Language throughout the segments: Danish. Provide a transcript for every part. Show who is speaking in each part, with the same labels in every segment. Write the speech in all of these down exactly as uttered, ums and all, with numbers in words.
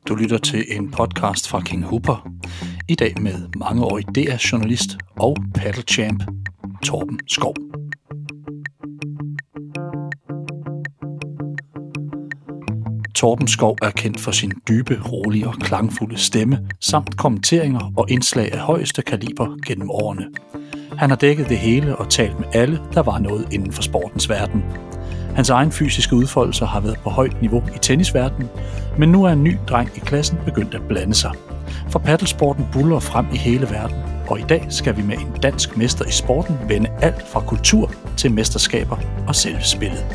Speaker 1: Du lytter til en podcast fra King Hooper. I dag med mangeårig D R-journalist og paddlechamp Torben Schou. Torben Schou er kendt for sin dybe, rolige og klangfulde stemme, samt kommenteringer og indslag af højeste kaliber gennem årene. Han har dækket det hele og talt med alle, der var noget inden for sportens verden. Hans egen fysiske udfoldelser har været på højt niveau i tennisverdenen, men nu er en ny dreng i klassen begyndt at blande sig. For paddelsporten buller frem i hele verden, og i dag skal vi med en dansk mester i sporten vende alt fra kultur til mesterskaber og selvspillet.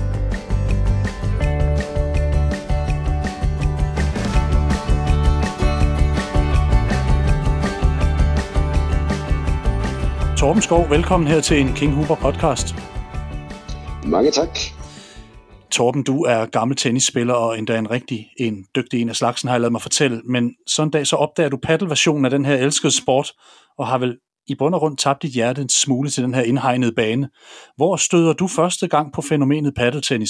Speaker 1: Torben Schou, velkommen her til en King Hooper podcast.
Speaker 2: Mange tak.
Speaker 1: Torben, du er gammel tennisspiller og endda en rigtig en dygtig en af slagsen, har jeg ladet mig fortælle. Men sådan en dag så opdager du paddelversionen af den her elskede sport, og har vel i bund og grund tabt dit hjerte en smule til den her indhegnede bane. Hvor støder du første gang på fænomenet paddeltennis?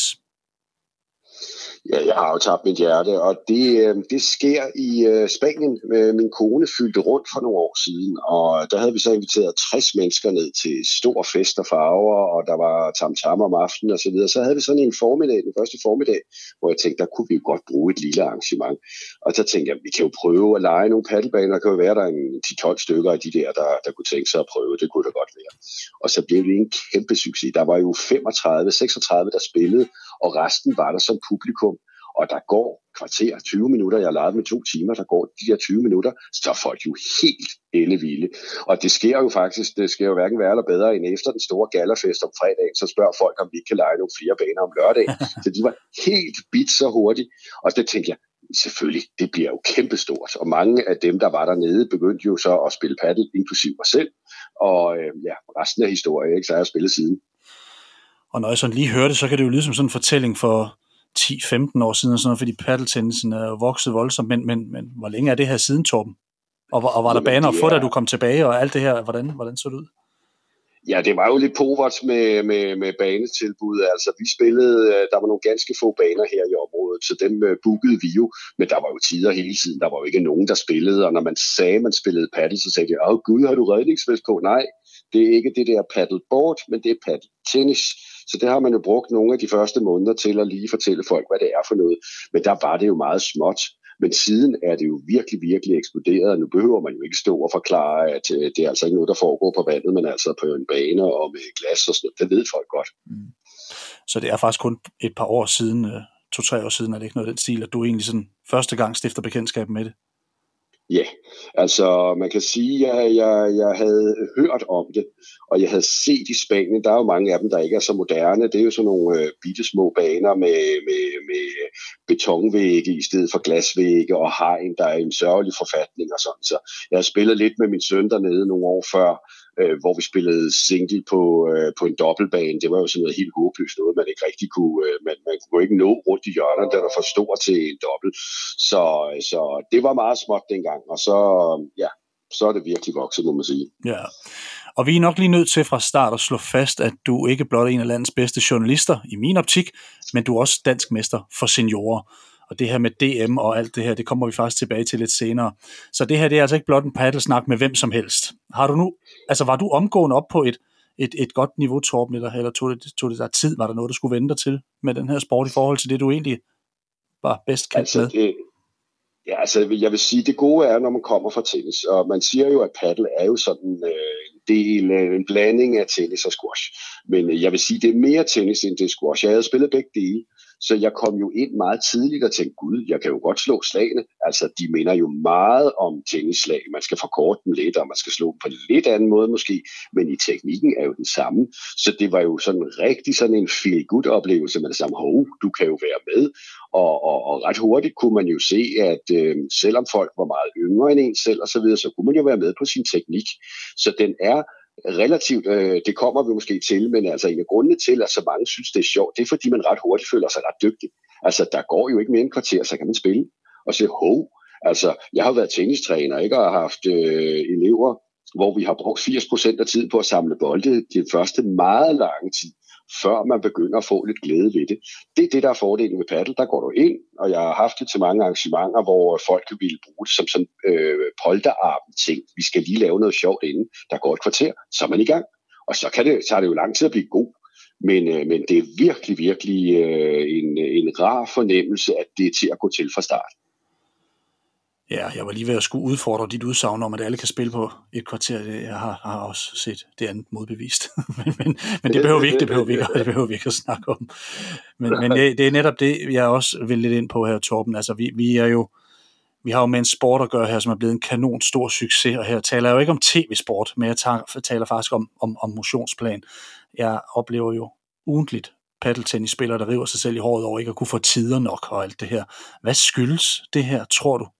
Speaker 2: Ja, jeg har jo tabt mit hjerte, og det, det sker i uh, Spanien. Min kone fyldte rundt for nogle år siden, og der havde vi så inviteret tres mennesker ned til stor fest og farver, og der var tam-tam om aftenen og så videre. Så havde vi sådan en formiddag, den første formiddag, hvor jeg tænkte, der kunne vi jo godt bruge et lille arrangement. Og så tænkte jeg, vi kan jo prøve at lege nogle paddelbaner. Der kan jo være, der er en ti tolv stykker af de der, der, der kunne tænke sig at prøve. Det kunne det godt være. Og så blev det en kæmpe succes. Der var jo femogtredive seksogtredive, der spillede, og resten var der som publikum. Og der går kvarter, tyve minutter, jeg har leget med to timer, der går de her tyve minutter, så er folk jo helt ellevilde. Og det sker jo faktisk, det sker jo hverken værre eller bedre end efter den store gallerfest om fredagen, så spørger folk, om vi ikke kan lege nogle flere baner om lørdagen. Så de var helt bit så hurtigt, og det tænkte jeg, selvfølgelig, det bliver jo kæmpestort. Og mange af dem, der var dernede, begyndte jo så at spille paddel, inklusiv mig selv, og øh, ja, resten af historien, ikke, så har jeg spillet siden.
Speaker 1: Og når jeg sådan lige hører det, så kan det jo lyde som sådan en fortælling for ti femten år siden, og sådan noget, fordi paddeltennisen er vokset voldsomt, men, men, men hvor længe er det her siden, Torben? Og, og var der baner at få, da du kom tilbage, og alt det her, hvordan, hvordan så det ud?
Speaker 2: Ja, det var jo lidt povert med, med, med banetilbud. Altså, vi spillede, der var nogle ganske få baner her i området, så dem bookede vi jo, men der var jo tider hele tiden, der var jo ikke nogen, der spillede, og når man sagde, man spillede paddel, så sagde de, åh gud, har du redningsvest på? Nej, det er ikke det der paddleboard, men det er paddeltennis. Så det har man jo brugt nogle af de første måneder til at lige fortælle folk, hvad det er for noget. Men der var det jo meget småt. Men siden er det jo virkelig, virkelig eksploderet. Nu behøver man jo ikke stå og forklare, at det er altså ikke noget, der foregår på vandet, men altså på en bane og med glas og sådan noget. Det ved folk godt. Mm.
Speaker 1: Så det er faktisk kun et par år siden, to-tre år siden, er det ikke noget af den stil, at du egentlig sådan første gang stifter bekendtskab med det?
Speaker 2: Ja, yeah. Altså man kan sige, at jeg, jeg, jeg havde hørt om det, og jeg havde set i Spanien, der er jo mange af dem, der ikke er så moderne. Det er jo sådan nogle øh, bitte små baner med, med, med betonvægge i stedet for glasvægge og hegn, der er en sørgelig forfatning og sådan. Så jeg har spillet lidt med min søn dernede nogle år før, øh, hvor vi spillede single på, øh, på en dobbeltbane. Det var jo sådan noget helt håbløst noget, man ikke rigtig kunne, øh, man, man kunne ikke nå rundt i hjørnet, der var for stor til en dobbelt. Så, så det var meget småt dengang, og så, ja, så er det virkelig vokset, må man sige.
Speaker 1: Ja, og vi er nok lige nødt til fra start at slå fast, at du ikke blot er en af landets bedste journalister i min optik, men du er også dansk mester for seniorer. Og det her med D M og alt det her, det kommer vi faktisk tilbage til lidt senere. Så det her, det er altså ikke blot en paddelsnak med hvem som helst. Har du nu, altså var du omgående op på et, et, et godt niveau, Torben, eller, eller tog, det, tog det der tid? Var der noget, du skulle vente dig til med den her sport i forhold til det, du egentlig var bedst kendt
Speaker 2: altså,
Speaker 1: med?
Speaker 2: Det, ja, altså jeg vil sige, det gode er, når man kommer fra tennis. Og man siger jo, at paddle er jo sådan øh, en del, en blanding af tennis og squash. Men jeg vil sige, det er mere tennis end det squash. Jeg havde spillet begge dele. Så jeg kom jo ind meget tidligt og tænkte, gud, jeg kan jo godt slå slagene. Altså, de minder jo meget om tennisslag. Man skal forkorte dem lidt, og man skal slå dem på en lidt anden måde måske, men i teknikken er jo den samme. Så det var jo sådan rigtig sådan en feel-good-oplevelse med det samme. Hov, du kan jo være med. Og, og, og ret hurtigt kunne man jo se, at øh, selvom folk var meget yngre end en selv og så videre, så kunne man jo være med på sin teknik. Så den er relativt, øh, det kommer vi måske til, men altså en af grundene til, at så mange synes, det er sjovt, det er fordi, man ret hurtigt føler sig ret dygtig. Altså, der går jo ikke mere end kvarter, så kan man spille og se, hov, altså, jeg har været tennistræner, ikke, og har haft øh, elever, hvor vi har brugt firs procent af tid på at samle bolde, det første meget lange tid. før man begynder at få lidt glæde ved det. Det er det, der er fordelen med paddle. Der går du ind, og jeg har haft det til mange arrangementer, hvor folk vil bruge det som sådan øh, polterarm-ting. Vi skal lige lave noget sjovt inden. Der går et kvarter, så er man i gang. Og så kan det, tager det jo lang tid at blive god. Men, øh, men det er virkelig, virkelig øh, en, en rar fornemmelse, at det er til at gå til fra start.
Speaker 1: Ja, jeg var lige ved at skulle udfordre dit udsagn om, at alle kan spille på et kvarter. Jeg har, har også set det andet modbevist. men, men, men det behøver vi ikke, det behøver vi ikke, det behøver vi ikke at snakke om. Men, men det, det er netop det, jeg også vil lidt ind på her, Torben. Altså, vi, vi er jo vi har jo med en sport at gøre her, som er blevet en kanon stor succes, og her taler jeg jo ikke om tv-sport, men jeg tager, taler faktisk om, om, om motionsplan. Jeg oplever jo ugentligt paddeltennisspillere, der river sig selv i håret over ikke at kunne få tider nok og alt det her. Hvad skyldes det her, tror du?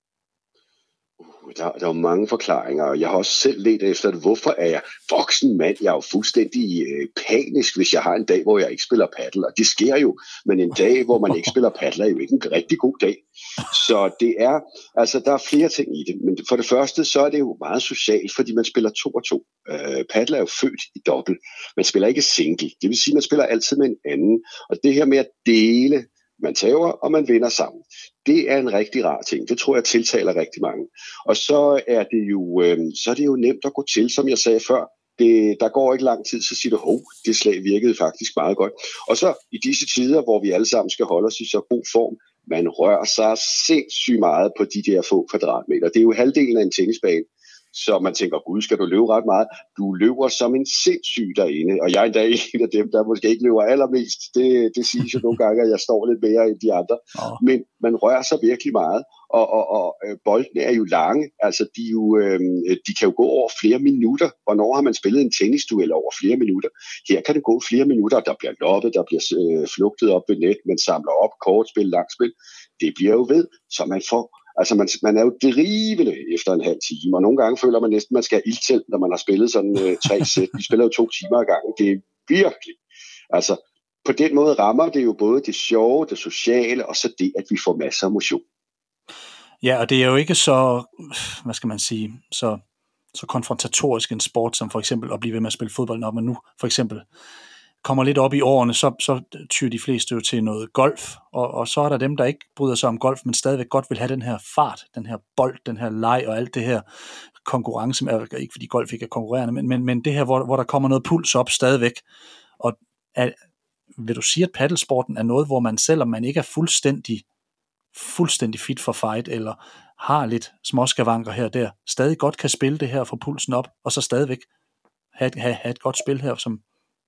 Speaker 2: Der, der er jo mange forklaringer, og jeg har også selv let efter det. Hvorfor er jeg voksen mand? Jeg er jo fuldstændig øh, panisk, hvis jeg har en dag, hvor jeg ikke spiller paddle, og det sker jo. Men en dag, hvor man ikke spiller paddle, er jo ikke en rigtig god dag. Så det er, altså der er flere ting i det. Men for det første, så er det jo meget socialt, fordi man spiller to og to. Øh, paddle er jo født i dobbelt. Man spiller ikke single. Det vil sige, man spiller altid med en anden. Og det her med at dele, man tager og man vinder sammen. Det er en rigtig rar ting. Det tror jeg tiltaler rigtig mange. Og så er det jo, øh, så er det jo nemt at gå til, som jeg sagde før. Det, der går ikke lang tid, så siger du, hov, det slag virkede faktisk meget godt. Og så i disse tider, hvor vi alle sammen skal holde os i så god form, man rører sig sindssygt meget på de der få kvadratmeter. Det er jo halvdelen af en tennisbane. Så man tænker, gud, skal du løbe ret meget? Du løber som en sindssyg derinde, og jeg er endda en af dem, der måske ikke løber allermest. Det, det siges jo nogle gange, at jeg står lidt mere end de andre. Oh. Men man rører sig virkelig meget, og, og, og boldene er jo lange. Altså, de, jo, øh, de kan jo gå over flere minutter. Hvornår har man spillet en tennisduel over flere minutter? Her kan det gå flere minutter, der bliver loppet, der bliver øh, flugtet op ved net, man samler op, kortspil, langspil. Det bliver jo ved, så man får Altså, man, man er jo drivende efter en halv time, og nogle gange føler man næsten, at man skal have ildtænd, når man har spillet sådan øh, tre sæt. Vi spiller jo to timer ad gangen. Det er virkelig. Altså, på den måde rammer det jo både det sjove, det sociale, og så det, at vi får masser af motion.
Speaker 1: Ja, og det er jo ikke så, hvad skal man sige, så, så konfrontatorisk en sport, som for eksempel at blive ved med at spille fodbold, når man nu for eksempel kommer lidt op i årene, så, så tyrer de fleste jo til noget golf, og, og så er der dem, der ikke bryder sig om golf, men stadigvæk godt vil have den her fart, den her bold, den her leg og alt det her konkurrence, ikke fordi golf ikke er konkurrerende, men, men, men det her, hvor, hvor der kommer noget puls op stadigvæk. Og er, vil du sige, at paddelsporten er noget, hvor man, selvom man ikke er fuldstændig, fuldstændig fit for fight, eller har lidt småskavanker her og der, stadig godt kan spille det her, få pulsen op, og så stadigvæk have, have, have et godt spil her, som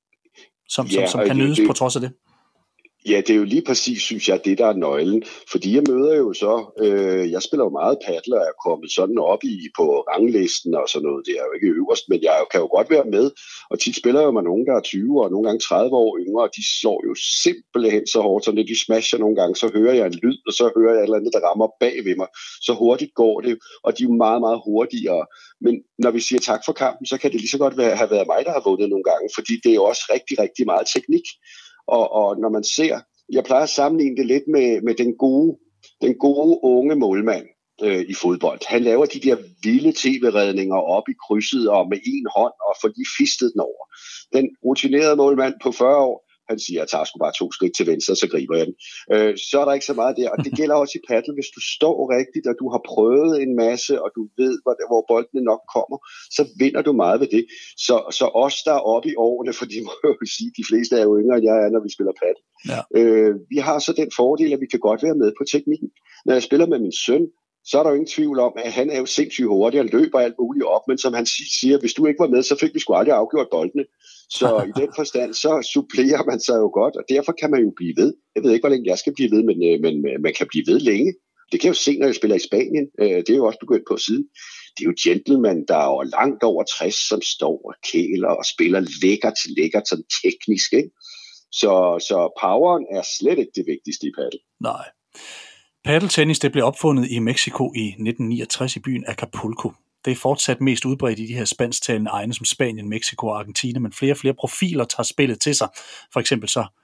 Speaker 1: Som, ja, som, som kan nydes det, på trods af det?
Speaker 2: Ja, det er jo lige præcis, synes jeg, det der er nøglen. Fordi jeg møder jo så, øh, jeg spiller jo meget paddle, og er kommet sådan op i på ranglisten og sådan noget. Det er jo ikke øverst, men jeg kan jo godt være med. Og tit spiller jo med nogen, der er tyve og nogle gange tredive år yngre, og de slår jo simpelthen så hårdt, så når de smasher nogle gange, så hører jeg en lyd, og så hører jeg et eller andet, der rammer bag ved mig. Så hurtigt går det, og de er jo meget, meget hurtigere. Men når vi siger tak for kampen, så kan det lige så godt være, have været mig, der har vundet nogle gange, fordi det er jo også rigtig, rigtig meget teknik. Og, og når man ser, jeg plejer at sammenligne det lidt med, med den gode, den gode unge målmand øh, i fodbold. Han laver de der vilde tv-redninger op i krydset og med en hånd og får de fistet den over. Den rutinerede målmand på fyrre år, han siger, jeg tager sgu bare to skridt til venstre, så griber jeg den. Øh, så er der ikke så meget der. Og det gælder også i paddle, hvis du står rigtigt, og du har prøvet en masse, og du ved, hvor, hvor boldene nok kommer, så vinder du meget ved det. Så, så os, der er oppe i årene, for de må jo sige, de fleste er jo yngre, end jeg er, når vi spiller paddle. Ja. Øh, vi har så den fordel, at vi kan godt være med på teknikken. Når jeg spiller med min søn, så er der jo ingen tvivl om, at han er jo sindssygt hurtig, han løber alt muligt op, men som han siger, hvis du ikke var med, så fik vi sgu aldrig afgjort boldene. Så i den forstand, så supplerer man sig jo godt, og derfor kan man jo blive ved. Jeg ved ikke, hvor længe jeg skal blive ved, men, men man kan blive ved længe. Det kan jeg jo se, når jeg spiller i Spanien. Det er jo også begyndt på siden. Det er jo gentleman, der er langt over tres, som står og kæler og spiller lækkert, lækkert, sådan teknisk. Ikke? Så, så poweren er slet ikke det vigtigste i paddle.
Speaker 1: Nej. Paddeltennis, det blev opfundet i Mexico i nitten niogtres i byen Acapulco. Det er fortsat mest udbredt i de her spansktalende egne som Spanien, Mexico og Argentina, men flere og flere profiler tager spillet til sig. For eksempel så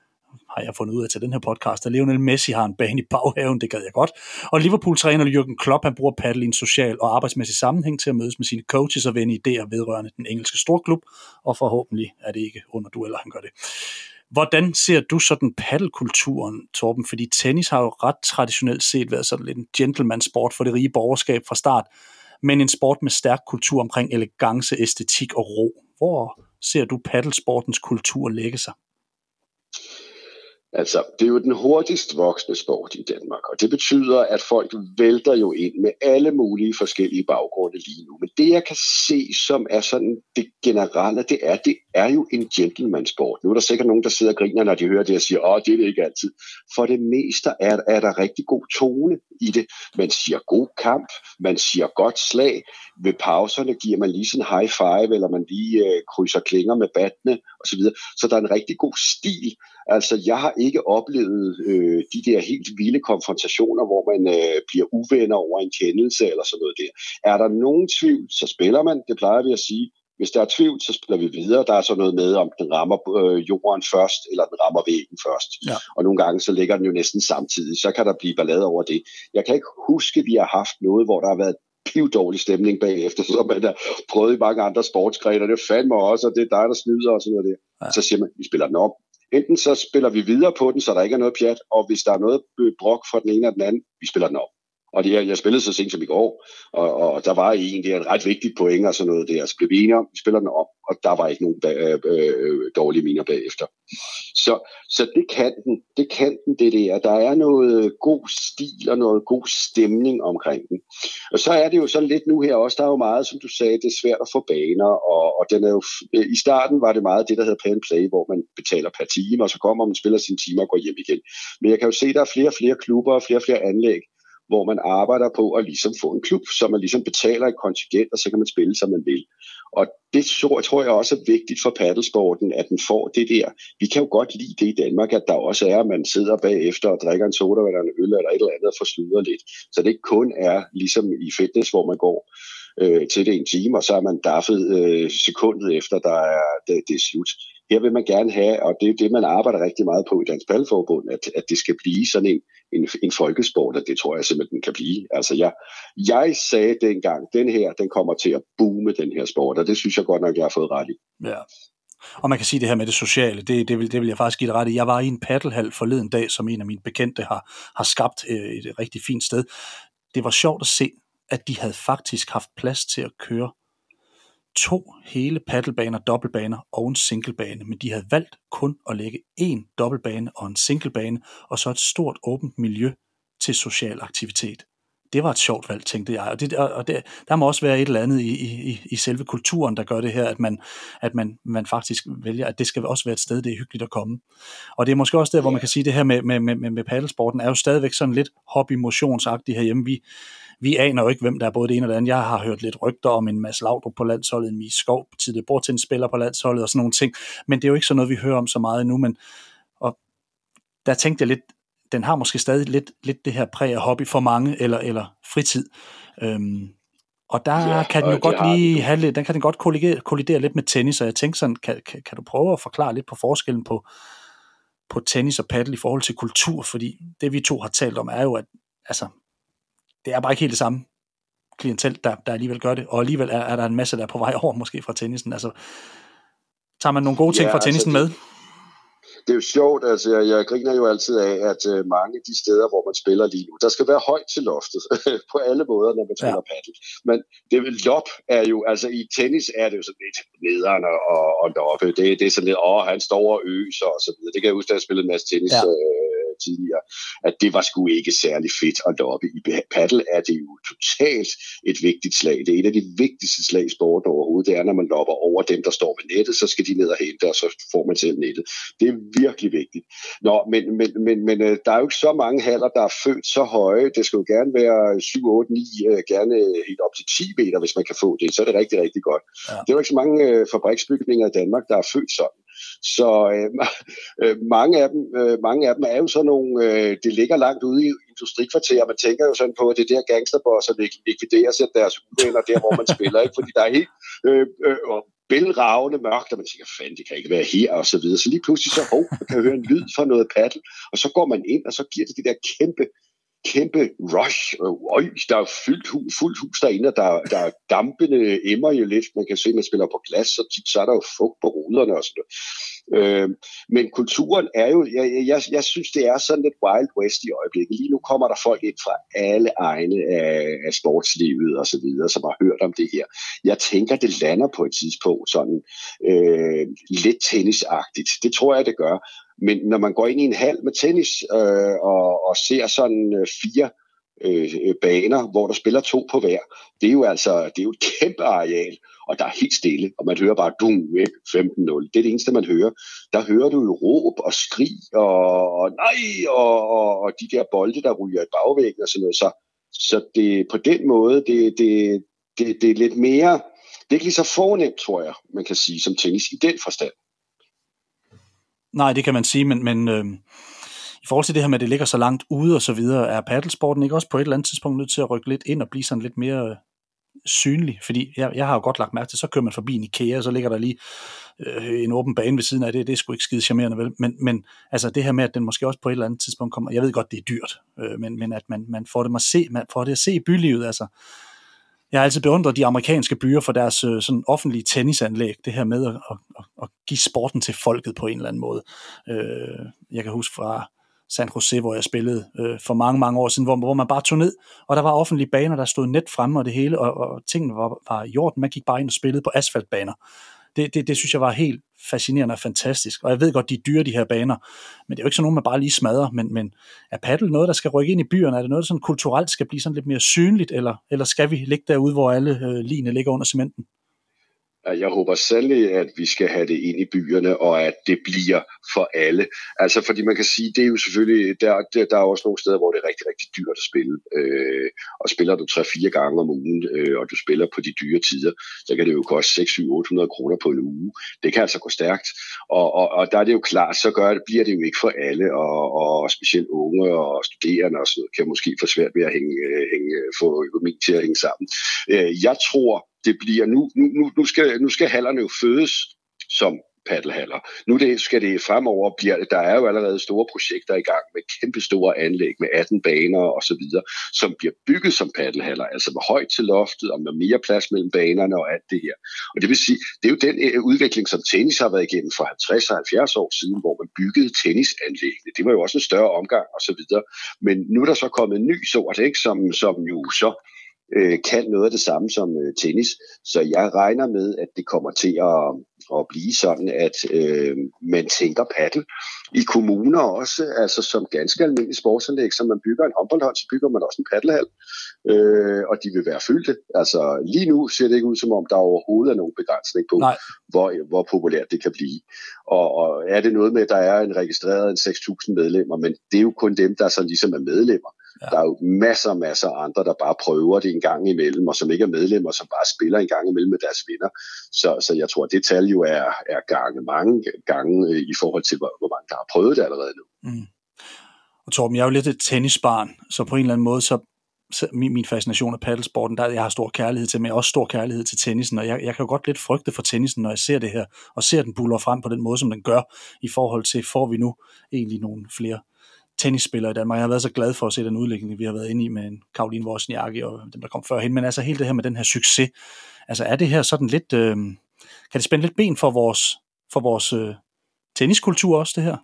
Speaker 1: har jeg fundet ud af til den her podcast, at Lionel Messi har en bane i baghaven, det gad jeg godt. Og Liverpool-træner Jürgen Klopp, han bruger paddle i en social og arbejdsmæssig sammenhæng til at mødes med sine coaches og vende idéer vedrørende den engelske storklub, og forhåbentlig er det ikke under dueller, han gør det. Hvordan ser du sådan paddelkulturen, Torben? Fordi tennis har jo ret traditionelt set været sådan lidt en gentleman-sport for det rige borgerskab fra start, men en sport med stærk kultur omkring elegance, æstetik og ro. Hvor ser du paddelsportens kultur lægge sig?
Speaker 2: Altså, det er jo den hurtigst voksende sport i Danmark, og det betyder, at folk vælter jo ind med alle mulige forskellige baggrunde lige nu. Men det, jeg kan se, som er sådan det generelle, det er, det er jo en gentleman-sport. Nu er der sikkert nogen, der sidder og griner, når de hører det og siger, åh, det er det ikke altid. For det meste er, er der rigtig god tone i det. Man siger god kamp, man siger godt slag. Ved pauserne giver man lige sådan high five, eller man lige øh, krydser klinger med battene osv. Så der er en rigtig god stil. Altså, jeg har ikke oplevet øh, de der helt vilde konfrontationer, hvor man øh, bliver uvenner over en kendelse eller sådan noget der. Er der nogen tvivl, så spiller man, det plejer vi at sige. Hvis der er tvivl, så spiller vi videre. Der er så noget med, om den rammer øh, jorden først, eller den rammer væggen først. Ja. Og nogle gange, så ligger den jo næsten samtidig. Så kan der blive ballade over det. Jeg kan ikke huske, at vi har haft noget, hvor der har været pivdårlig stemning bagefter, som man har prøvet i mange andre sportsgrene, og det fandme også, og det er dig, der snyder og sådan noget der. Ja. Så siger man, vi spiller den op. Enten så spiller vi videre på den, så der ikke er noget pjat, og hvis der er noget brok fra den ene eller den anden, vi spiller den op. Og det, jeg spillede så sent som i går, og, og der var egentlig en ret vigtig point og sådan noget der. Så blev vi enige om, vi spiller den op, og der var ikke nogen øh, øh, dårlige miner bagefter. Så, så det kan den, det kan den, det der. Der er noget god stil og noget god stemning omkring den. Og så er det jo sådan lidt nu her også, der er jo meget, som du sagde, det er svært at få baner, og, og den er jo, i starten var det meget det, der hedder pay and play, hvor man betaler per time, og så kommer man, spiller sine timer og går hjem igen. Men jeg kan jo se, der er flere og flere klubber og flere og flere anlæg, hvor man arbejder på at ligesom få en klub, så man ligesom betaler et kontingent, og så kan man spille, som man vil. Og det tror jeg også er vigtigt for paddelsporten, at den får det der. Vi kan jo godt lide det i Danmark, at der også er, at man sidder bagefter og drikker en soda, eller en øl, eller et eller andet, og får sludret lidt. Så det ikke kun er ligesom i fitness, hvor man går øh, til det en time, og så er man daffet øh, sekundet efter, der er, det, det er slut. Her vil man gerne have, og det er det, man arbejder rigtig meget på i Dansk Paddelforbund, at, at det skal blive sådan en, en, en folkesport, og det tror jeg simpelthen, den kan blive. Altså, jeg, jeg sagde dengang, den her, den kommer til at boome, den her sport, og det synes jeg godt nok, jeg har fået ret i.
Speaker 1: Ja. Og man kan sige det her med det sociale, det, det, vil, det vil jeg faktisk give det ret i. Jeg var i en paddelhal forleden dag, som en af mine bekendte har, har skabt øh, et rigtig fint sted. Det var sjovt at se, at de havde faktisk haft plads til at køre to hele paddelbaner, dobbeltbaner og en singlebane, men de havde valgt kun at lægge én dobbeltbane og en singlebane, og så et stort åbent miljø til social aktivitet. Det var et sjovt valg, tænkte jeg, og, det, og det, der må også være et eller andet i, i, i selve kulturen, der gør det her, at, man, at man, man faktisk vælger, at det skal også være et sted, det er hyggeligt at komme. Og det er måske også der, hvor man kan sige, det her med, med, med, med paddelsporten er jo stadigvæk sådan lidt hobby-motionsagtigt herhjemme. Vi Vi aner jo ikke, hvem der er både det ene og det andet. Jeg har hørt lidt rygter om en Mads Laudrup på landsholdet, en Mie Skov, tidligere bordtennisspiller på landsholdet og sådan nogle ting. Men det er jo ikke sådan noget, vi hører om så meget endnu. Men, og der tænkte jeg lidt, den har måske stadig lidt, lidt det her præg af hobby for mange, eller, eller fritid. Øhm, og der ja, kan den jo godt lige have lidt, den kan den godt kollidere, kollidere lidt med tennis, og jeg tænkte sådan, kan, kan, kan du prøve at forklare lidt på forskellen på, på tennis og paddle i forhold til kultur? Fordi det vi to har talt om er jo, at altså, det er bare ikke helt det samme klientel, der, der alligevel gør det, og alligevel er, er der en masse, der er på vej over måske fra tennisen. Altså, tager man nogle gode ting ja, fra tennisen altså, med?
Speaker 2: Det er jo sjovt, altså jeg, jeg griner jo altid af, at uh, mange af de steder, hvor man spiller lige nu, der skal være højt til loftet, på alle måder, når man spiller ja. paddle. Men det lop er jo, altså i tennis er det jo sådan lidt nederen og, og loppe. Det, det er sådan lidt, åh, han står og øser og så videre. Det kan jeg huske, da jeg spillede en masse tennis ja. øh, tidligere, at det var sgu ikke særlig fedt at loppe. I paddle er det jo totalt et vigtigt slag. Det er et af de vigtigste slag i sporten overhovedet. Det er, når man lopper over dem, der står ved nettet, så skal de ned og hente, og så får man til nettet. Det er virkelig vigtigt. Nå, men, men, men, men der er jo ikke så mange haller, der er født så høje. Det skal jo gerne være syv, otte, ni, gerne helt op til ti meter, hvis man kan få det. Så er det rigtig, rigtig godt. Ja. Det er jo ikke så mange øh, fabriksbygninger i Danmark, der er født sådan. Så øh, øh, mange, af dem, øh, mange af dem er jo sådan nogle, øh, det ligger langt ude i industrikvarterer. Man tænker jo sådan på, at det der gangsterbosser likviderer sig deres uvenner der, hvor man spiller, ikke? Fordi der er helt, øh, øh, bælragende mørkt, og man tænker, fanden, det kan ikke være her, og så videre. Så lige pludselig så, hov, man kan høre en lyd fra noget paddle, og så går man ind, og så giver det det der kæmpe, kæmpe rush. Øj, der er fyldt hus, fuldt hus derinde, og der, der er dampende emmer i lidt. Man kan se, at man spiller på glas, så tit så er der jo fugt på ruderne og sådan noget. Øh, men kulturen er jo, jeg, jeg, jeg synes, det er sådan lidt Wild West i øjeblikket. Lige nu kommer der folk ind fra alle egne af, af sportslivet og så videre, som har hørt om det her. Jeg tænker, det lander på et tidspunkt sådan øh, lidt tennisagtigt. Det tror jeg, det gør. Men når man går ind i en hal med tennis øh, og, og ser sådan øh, fire øh, baner, hvor der spiller to på hver, det er jo altså det er jo et kæmpe areal, og der er helt stille, og man hører bare dum, femten nul. Det er det eneste, man hører. Der hører du jo råb og skrig og, og nej, og, og, og de der bolde, der ryger i bagvæggen og sådan noget. Så, så det, på den måde, det, det, det, det er lidt mere, det er ikke lige så fornemt, tror jeg, man kan sige, som tennis i den forstand.
Speaker 1: Nej, det kan man sige, men, men øh, i forhold til det her med, at det ligger så langt ude og så videre, er paddelsporten ikke også på et eller andet tidspunkt nødt til at rykke lidt ind og blive sådan lidt mere øh, synlig? Fordi jeg, jeg har jo godt lagt mærke til, så kører man forbi en IKEA, og så ligger der lige øh, en åben bane ved siden af det. Det er sgu ikke skide charmerende, vel? Men, men altså det her med, at den måske også på et eller andet tidspunkt kommer, jeg ved godt, det er dyrt, øh, men, men at man, man får det at se, man får det at se i bylivet, altså. Jeg har altid beundret de amerikanske byer for deres øh, sådan offentlige tennisanlæg, det her med at, at, at give sporten til folket på en eller anden måde. Øh, jeg kan huske fra San Jose, hvor jeg spillede øh, for mange, mange år siden, hvor, hvor man bare tog ned, og der var offentlige baner, der stod net fremme og det hele, og, og tingene var, var i orden. Man gik bare ind og spillede på asfaltbaner. Det, det, det synes jeg var helt fascinerende og fantastisk. Og jeg ved godt, de er dyre, de her baner, men det er jo ikke sådan nogen, man bare lige smadrer. Men, men er paddle noget, der skal rykke ind i byerne? Er det noget, der sådan kulturelt skal blive sådan lidt mere synligt, eller, eller skal vi ligge derude, hvor alle øh, linje ligger under cementen?
Speaker 2: Jeg håber sandelig, at vi skal have det ind i byerne, og at det bliver for alle. Altså, fordi man kan sige, det er jo selvfølgelig, der, der, der er også nogle steder, hvor det er rigtig, rigtig dyrt at spille. Øh, og spiller du tre-fire gange om ugen, øh, og du spiller på de dyre tider, så kan det jo koste seks syv otte hundrede kroner på en uge. Det kan altså gå stærkt. Og, og, og der er det jo klart, så gør, bliver det jo ikke for alle, og, og specielt unge og studerende og sådan noget, kan måske få svært ved at hænge, hænge, få økonomi til at hænge sammen. Øh, jeg tror, det bliver nu, nu, nu, skal, nu skal hallerne jo fødes som paddelhaller. Nu det, skal det fremover, bliver, der er jo allerede store projekter i gang med kæmpe store anlæg med atten baner og så videre, som bliver bygget som paddelhaller, altså med højt til loftet og med mere plads mellem banerne og alt det her. Og det vil sige, det er jo den udvikling, som tennis har været igennem for halvtreds og halvfjerds år siden, hvor man byggede tennisanlæggene. Det var jo også en større omgang og så videre. Men nu er der så kommet en ny sort, ikke, som, som jo så kan noget af det samme som tennis. Så jeg regner med, at det kommer til at, at blive sådan, at øh, man tænker paddel i kommuner også, altså som ganske almindelige sportsanlæg, som man bygger en håndboldhold, så bygger man også en paddelhal, øh, og de vil være fyldte. Altså lige nu ser det ikke ud, som om der overhovedet er nogen begrænsning på, hvor, hvor populært det kan blive. Og, og er det noget med, at der er en registreret en seks tusind medlemmer, men det er jo kun dem, der så ligesom er medlemmer. Ja. Der er jo masser og masser af andre, der bare prøver det en gang imellem, og som ikke er medlemmer, som bare spiller en gang imellem med deres venner. Så, så jeg tror, at det tal jo er, er gange mange gange i forhold til, hvor, hvor mange der har prøvet det allerede nu.
Speaker 1: Mm. Og Torben, jeg er jo lidt et tennisbarn, så på en eller anden måde, så, så min, min fascination af paddelsporten, der jeg har stor kærlighed til, men jeg har også stor kærlighed til tennisen, og jeg, jeg kan jo godt lidt frygte for tennisen, når jeg ser det her, og ser den buller frem på den måde, som den gør, i forhold til, får vi nu egentlig nogle flere tennisspillere i Danmark. Jeg har været så glad for at se den udvikling, vi har været inde i med en Caroline Wozniacki og dem, der kom førhen, men altså hele det her med den her succes, altså er det her sådan lidt, øh, kan det spænde lidt ben for vores, for vores øh, tenniskultur også, det her?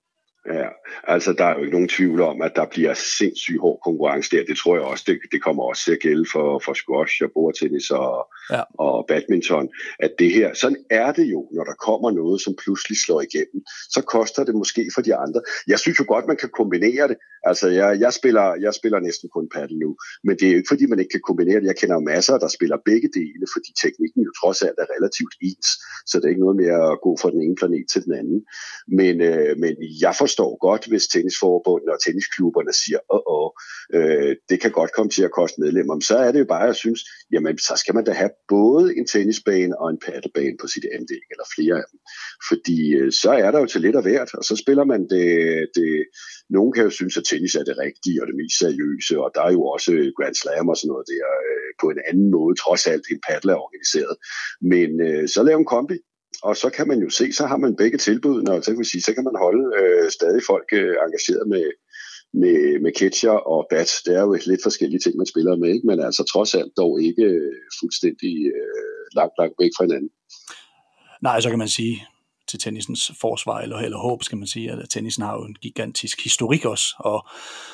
Speaker 2: Ja, altså der er jo ikke nogen tvivl om, at der bliver sindssygt hård konkurrence der. Det tror jeg også, det, det kommer også til at gælde for, for squash og bordtennis og, ja. og badminton. At det her, sådan er det jo, når der kommer noget, som pludselig slår igennem. Så koster det måske for de andre. Jeg synes jo godt, man kan kombinere det. Altså jeg, jeg, spiller, jeg spiller næsten kun paddle nu, men det er jo ikke fordi, man ikke kan kombinere det. Jeg kender jo masser, der spiller begge dele, fordi teknikken jo trods alt er relativt ens. Så det er ikke noget med at gå fra den ene planet til den anden. Men, øh, men jeg forstår forstår godt, hvis tennisforbundene og tennisklubberne siger, åh, åh, øh, det kan godt komme til at koste medlemmer. Men så er det jo bare, jeg synes, jamen så skal man da have både en tennisbane og en paddlebane på sit anlæg, eller flere af dem. Fordi øh, så er der jo til lidt af hvert, og så spiller man det, det. Nogen kan jo synes, at tennis er det rigtige og det mest seriøse, og der er jo også Grand Slam og sådan noget der øh, på en anden måde, trods alt en paddle er organiseret. Men øh, så lav en kombi. Og så kan man jo se, så har man begge tilbudene, og så kan, sige, så kan man holde øh, stadig folk øh, engageret med, med, med catcher og bat. Det er jo lidt forskellige ting, man spiller med, ikke? Men altså trods alt dog ikke øh, fuldstændig øh, langt, langt væk fra hinanden.
Speaker 1: Nej, så kan man sige til tennisens forsvar, eller, eller håb, skal man sige, at tennisen har jo en gigantisk historik også, og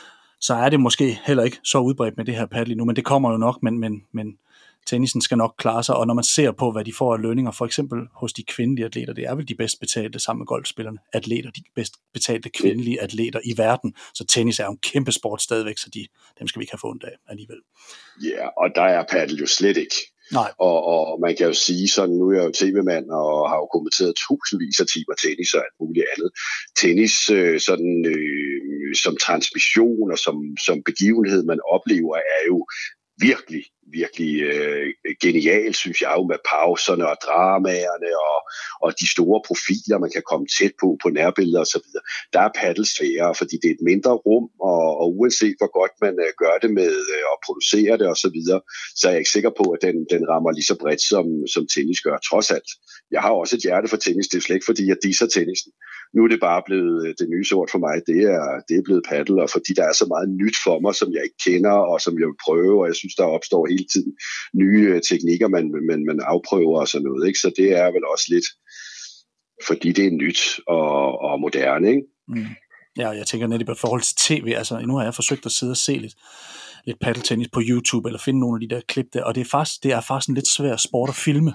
Speaker 1: så er det måske heller ikke så udbredt med det her paddle nu, men det kommer jo nok, men, men, men tennisen skal nok klare sig, og når man ser på, hvad de får af lønninger, for eksempel hos de kvindelige atleter, det er vel de bedst betalte sammen med golfspillerne, atleter, de bedst betalte kvindelige atleter i verden, så tennis er jo en kæmpe sport stadigvæk, så de, dem skal vi ikke have fundet af alligevel.
Speaker 2: Ja, og der er paddle jo slet ikke.
Speaker 1: Nej.
Speaker 2: Og, og man kan jo sige sådan, nu er jeg jo tv-mand og har jo kommenteret tusindvis af timer tennis og alt muligt andet. Tennis øh, sådan, øh, som transmission og som, som begivenhed, man oplever, er jo virkelig, virkelig øh, genial, synes jeg jo, med pauserne og dramaerne og, og de store profiler, man kan komme tæt på, på nærbilleder og så videre. Der er paddle sværere, fordi det er et mindre rum, og, og uanset hvor godt man øh, gør det med øh, at producere det og så videre, så er jeg ikke sikker på, at den, den rammer lige så bredt, som, som tennis gør, trods alt. Jeg har også et hjerte for tennis, det er jo slet ikke, fordi jeg disser tennisen. Nu er det bare blevet det nye sort for mig, det er, det er blevet paddle, og fordi der er så meget nyt for mig, som jeg ikke kender, og som jeg vil prøve, og jeg synes, der opstår hele tiden nye teknikker, man, man, man afprøver og sådan noget, ikke? Så det er vel også lidt, fordi det er nyt og, og moderne, ikke?
Speaker 1: Mm. Ja, jeg tænker netop i forhold til tv, altså nu har jeg forsøgt at sidde og se lidt, lidt paddeltennis på YouTube, eller finde nogle af de der klip der, og det er faktisk, det er faktisk en lidt svær sport at filme.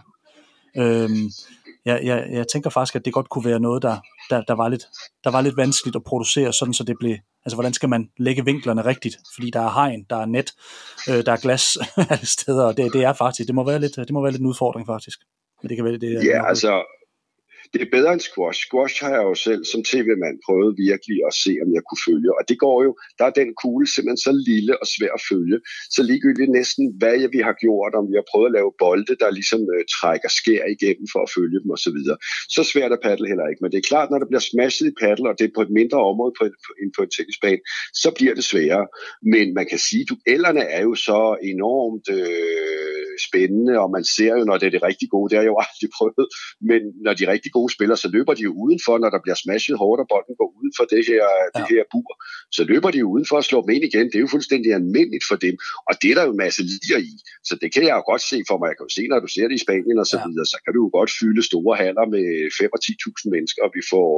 Speaker 1: Øhm, jeg, jeg, jeg tænker faktisk, at det godt kunne være noget, der, der, der, var lidt, der var lidt vanskeligt at producere, sådan så det blev, altså hvordan skal man lægge vinklerne rigtigt, fordi der er hegn, der er net, øh, der er glas alle steder, og det, det er faktisk, det må være lidt, det må være lidt en udfordring faktisk. Men det kan være, det er
Speaker 2: ja, altså, det er bedre end squash. Squash har jeg jo selv som tv-mand prøvet virkelig at se, om jeg kunne følge. Og det går jo, der er den kugle simpelthen så lille og svær at følge. Så ligegyldigt næsten, hvad vi har gjort, om vi har prøvet at lave bolde, der ligesom øh, trækker skær igennem for at følge dem osv. Så, så svært at paddle heller ikke. Men det er klart, når der bliver smashet i paddle, og det er på et mindre område på, på, på en tennisbane, så bliver det sværere. Men man kan sige, at duellerne er jo så enormt øh, spændende, og man ser jo, når det er det rigtig gode, det har jeg jo aldrig prøvet, men når de rigtig gode spillere, så løber de jo udenfor, når der bliver smashet hårdt, og bolden går uden for det her, ja. det her bur. Så løber de jo udenfor at slå dem ind igen. Det er jo fuldstændig almindeligt for dem, og det er der jo en masse liger i. Så det kan jeg jo godt se for mig. Jeg kan jo se, når du ser det i Spanien og så ja. videre, så kan du jo godt fylde store haller med fem og ti tusind mennesker, og vi får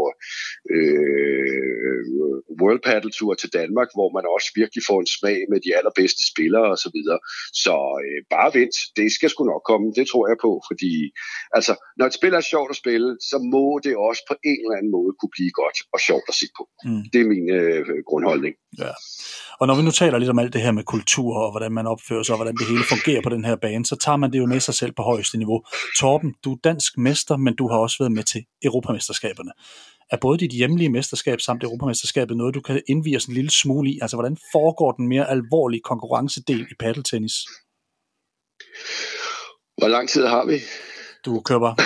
Speaker 2: øh, World Paddle Tour til Danmark, hvor man også virkelig får en smag med de allerbedste spillere og så videre. Så øh, bare vent. Det skal sgu nok komme. Det tror jeg på, fordi altså, når et spil er sjovt at spille, så må det også på en eller anden måde kunne blive godt og sjovt at se på. Mm. Det er min øh, grundholdning.
Speaker 1: Ja. Og når vi nu taler lidt om alt det her med kultur, og hvordan man opfører sig, og hvordan det hele fungerer på den her bane, så tager man det jo med sig selv på højeste niveau. Torben, du er dansk mester, men du har også været med til Europamesterskaberne. Er både dit hjemlige mesterskab samt Europamesterskabet noget, du kan indvie os en lille smule i? Altså, hvordan foregår den mere alvorlige konkurrencedel i paddeltennis?
Speaker 2: Hvor lang tid har vi?
Speaker 1: Du kører bare.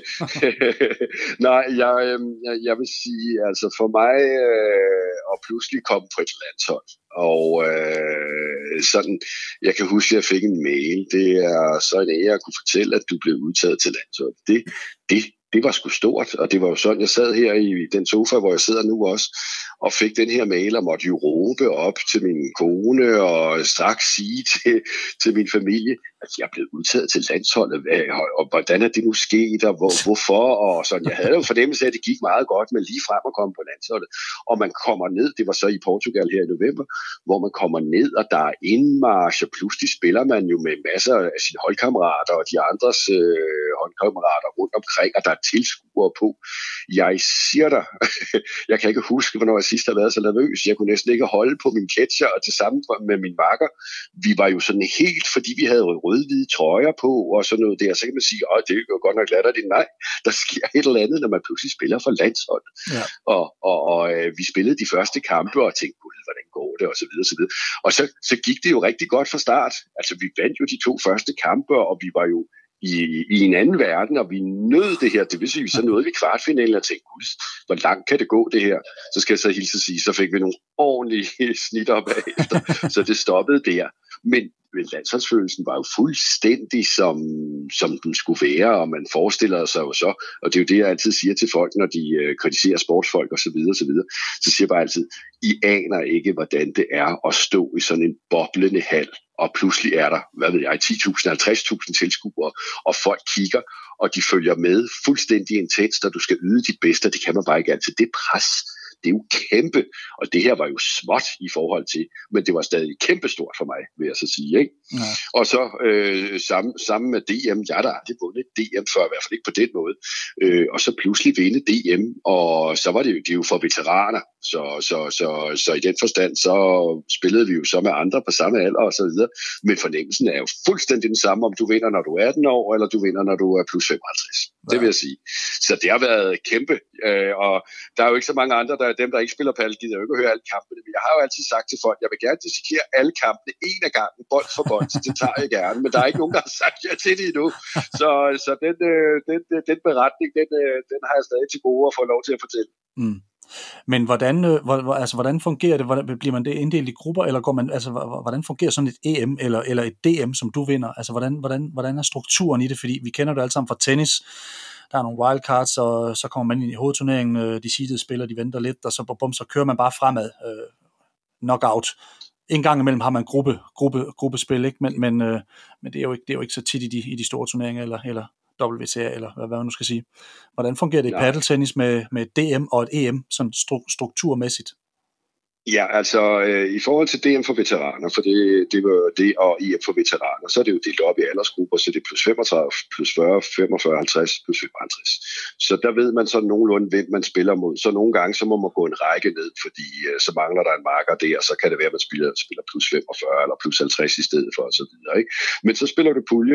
Speaker 2: Nej, jeg, jeg, jeg vil sige, altså for mig øh, at pludselig komme på et landshold, og øh, sådan, jeg kan huske, at jeg fik en mail, det er så en ære at kunne fortælle, at du blev udtaget til landshold. Det, det, det var sgu stort, og det var jo sådan, jeg sad her i den sofa, hvor jeg sidder nu også, og fik den her mail, og måtte jo råbe op til min kone, og straks sige til, til min familie, at jeg blev udtaget til landsholdet, og hvordan er det nu sket, og hvor, hvorfor, og sådan. Jeg havde jo fornemmelse af, at det gik meget godt, men lige frem at komme på landsholdet, og man kommer ned, det var så i Portugal her i november, hvor man kommer ned, og der er indmarsch, og pludselig spiller man jo med masser af sine holdkammerater, og de andres øh, holdkammerater rundt omkring, og der er tilskuere på. Jeg siger dig, jeg kan ikke huske, hvornår jeg sidst har været så nervøs. Jeg kunne næsten ikke holde på min catcher, og det samme med min makker. Vi var jo sådan helt, fordi vi havde rød-hvide trøjer på, og sådan noget der, så kan man sige, åh, det er jo godt nok latterligt. Nej, der sker et eller andet, når man pludselig spiller for landshold. Ja. Og, og, og øh, vi spillede de første kampe, og tænkte, hvordan går det, og så videre, og så videre. Og så, så gik det jo rigtig godt fra start. Altså, vi vandt jo de to første kampe, og vi var jo I, i en anden verden, og vi nød det her. Det vil sige, så nåede vi kvartfinalen og tænkte, hvor langt kan det gå det her? Så skal jeg så hilse at sige, så fik vi nogle ordentlige snitter bagefter, så det stoppede der. Men, men landsholdsfølelsen var jo fuldstændig som, som den skulle være, og man forestiller sig jo så, og det er jo det, jeg altid siger til folk, når de øh, kritiserer sportsfolk osv., så, videre, så siger jeg bare altid, I aner ikke, hvordan det er at stå i sådan en boblende hal, og pludselig er der, hvad ved jeg, ti tusind, halvtreds tusind tilskuere, og folk kigger, og de følger med fuldstændig intens, og du skal yde dit bedste, det kan man bare ikke altid. Det pres, det er jo kæmpe, og det her var jo småt i forhold til, men det var stadig kæmpestort for mig, vil jeg så sige, ikke? Ja. Og så øh, sammen, sammen med D M, jeg har da aldrig vundet D M før, i hvert fald ikke på den måde, øh, og så pludselig vinde D M, og så var det jo, det er jo for veteraner, så, så, så, så i den forstand, så spillede vi jo så med andre på samme alder og så videre, men fornemmelsen er jo fuldstændig den samme, om du vinder, når du er atten år, eller du vinder, når du er plus femoghalvtreds. Ja. Det vil jeg sige. Så det har været kæmpe, øh, og der er jo ikke så mange andre, der er dem, der ikke spiller padel, gider jo ikke at høre alle kampene, men jeg har jo altid sagt til folk, jeg vil gerne dissekere alle kampene en af gangen, bold for bold, det tager jeg gerne, men der er ikke nogen, der har sagt ja til det endnu. Så, så den, øh, den, den beretning, den, øh, den har jeg stadig til gode at få lov til at fortælle.
Speaker 1: Mm. Men hvordan, øh, altså, hvordan fungerer det? Hvordan, bliver man det inddelt i grupper, eller går man, altså, hvordan fungerer sådan et E M eller, eller et D M, som du vinder? Altså, hvordan, hvordan, hvordan er strukturen i det? Fordi vi kender det alle sammen fra tennis. Der er nogle wildcards, og så kommer man ind i hovedturneringen, de seedede spillere, de venter lidt, og så, bum, så kører man bare fremad. Øh, knockout. En gang imellem har man gruppe, gruppe, gruppespil, ikke? Men, men, øh, men det, er jo ikke, det er jo ikke så tit i de, i de store turneringer, eller, eller W T A, eller hvad, hvad man nu skal sige. Hvordan fungerer det i paddeltennis med, med et D M og et E M, sådan stru- strukturmæssigt?
Speaker 2: Ja, altså øh, i forhold til D M for veteraner, for det, det var det, og E M for veteraner, så er det jo delt op i aldersgrupper, så det er plus femogtredive, plus fyrre, femogfyrre, halvtreds, plus femoghalvtreds. Så der ved man så nogenlunde, hvem man spiller mod. Så nogle gange, så må man gå en række ned, fordi øh, så mangler der en marker der, så kan det være, at man spiller, spiller plus femogfyrre eller plus halvtreds i stedet for, og så videre, ikke? Men så spiller du pulje,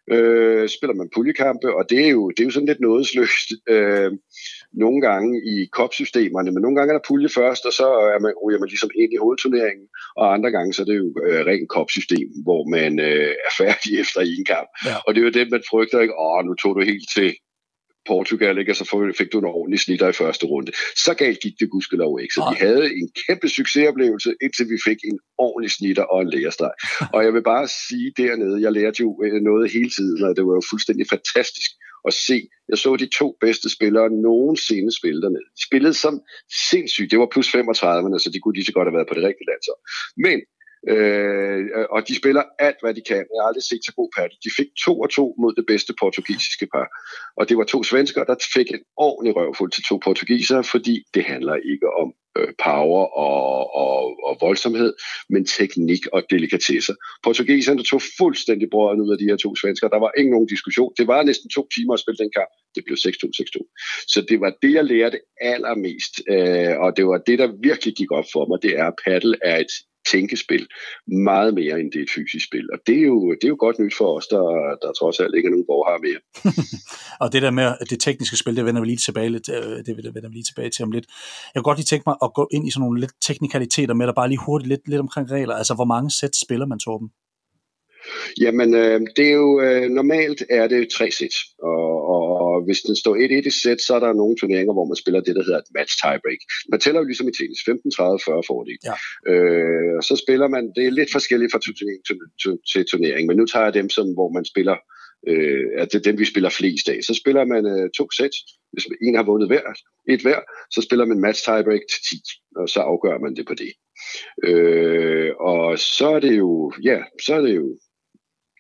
Speaker 2: øh, spiller man puljekampe, og det er jo, det er jo sådan lidt nådesløst. Øh, nogle gange i cup-systemerne, men nogle gange er der pulje først, og så er man, ryger man ligesom ind i hovedturneringen, og andre gange så er det jo øh, rent cup-system, hvor man øh, er færdig efter en kamp. Ja. Og det er jo det, man frygter, ikke? Åh, nu tog du helt til Portugal, ikke? Og så fik du en ordentlig snitter i første runde. Så galt gik det gudskelov ikke. Så vi havde en kæmpe succesoplevelse, indtil vi fik en ordentlig snitter og en lægerstreg. Og jeg vil bare sige dernede, jeg lærte jo noget hele tiden, og det var jo fuldstændig fantastisk at se. Jeg så de to bedste spillere nogensinde spille dernede. De spillede som sindssygt. Det var plus femogtredive, så de kunne lige så godt have været på det rigtige land. Så. Men Øh, og de spiller alt, hvad de kan. Jeg har aldrig set så god paddel. De fik to og to mod det bedste portugisiske par. Og det var to svenskere, der fik en ordentlig røvfuld til to portugisere, fordi det handler ikke om øh, power og, og, og voldsomhed, men teknik og delikatesser. Portugiserne tog fuldstændig brøden ud af de her to svenskere. Der var ikke nogen diskussion. Det var næsten to timer at spille den kamp. Det blev seks to, seks to. Så det var det, jeg lærte allermest. Øh, og det var det, der virkelig gik op for mig. Det er, at paddel er et tænkespil, meget mere end det er et fysisk spil. Og det er jo, det er jo godt nyt for os, der, der trods alt ikke er nogen borgere mere.
Speaker 1: Og det der med det tekniske spil, det vender vi lige tilbage, lidt, det vender vi lige tilbage til om lidt. Jeg kunne godt lige tænke mig at gå ind i sådan nogle lidt teknikaliteter med, der bare lige hurtigt lidt, lidt omkring regler. Altså, hvor mange sæt spiller man, Torben?
Speaker 2: Jamen, øh, det er jo øh, normalt er det tre sæt, og, og, og hvis den står et et i sæt, så er der nogle turneringer, hvor man spiller det, der hedder et match tiebreak. Man tæller jo ligesom i tennis, femten, tredive, fyrre fordel. Ja. Øh, så spiller man, det er lidt forskelligt fra turnering til, til, til turnering, men nu tager jeg dem, som, hvor man spiller, øh, at det er dem, vi spiller flest af. Så spiller man øh, to sæt, hvis en har vundet hver, et hver, så spiller man match tiebreak til ti, og så afgør man det på det. Øh, og så er det jo, ja, så er det jo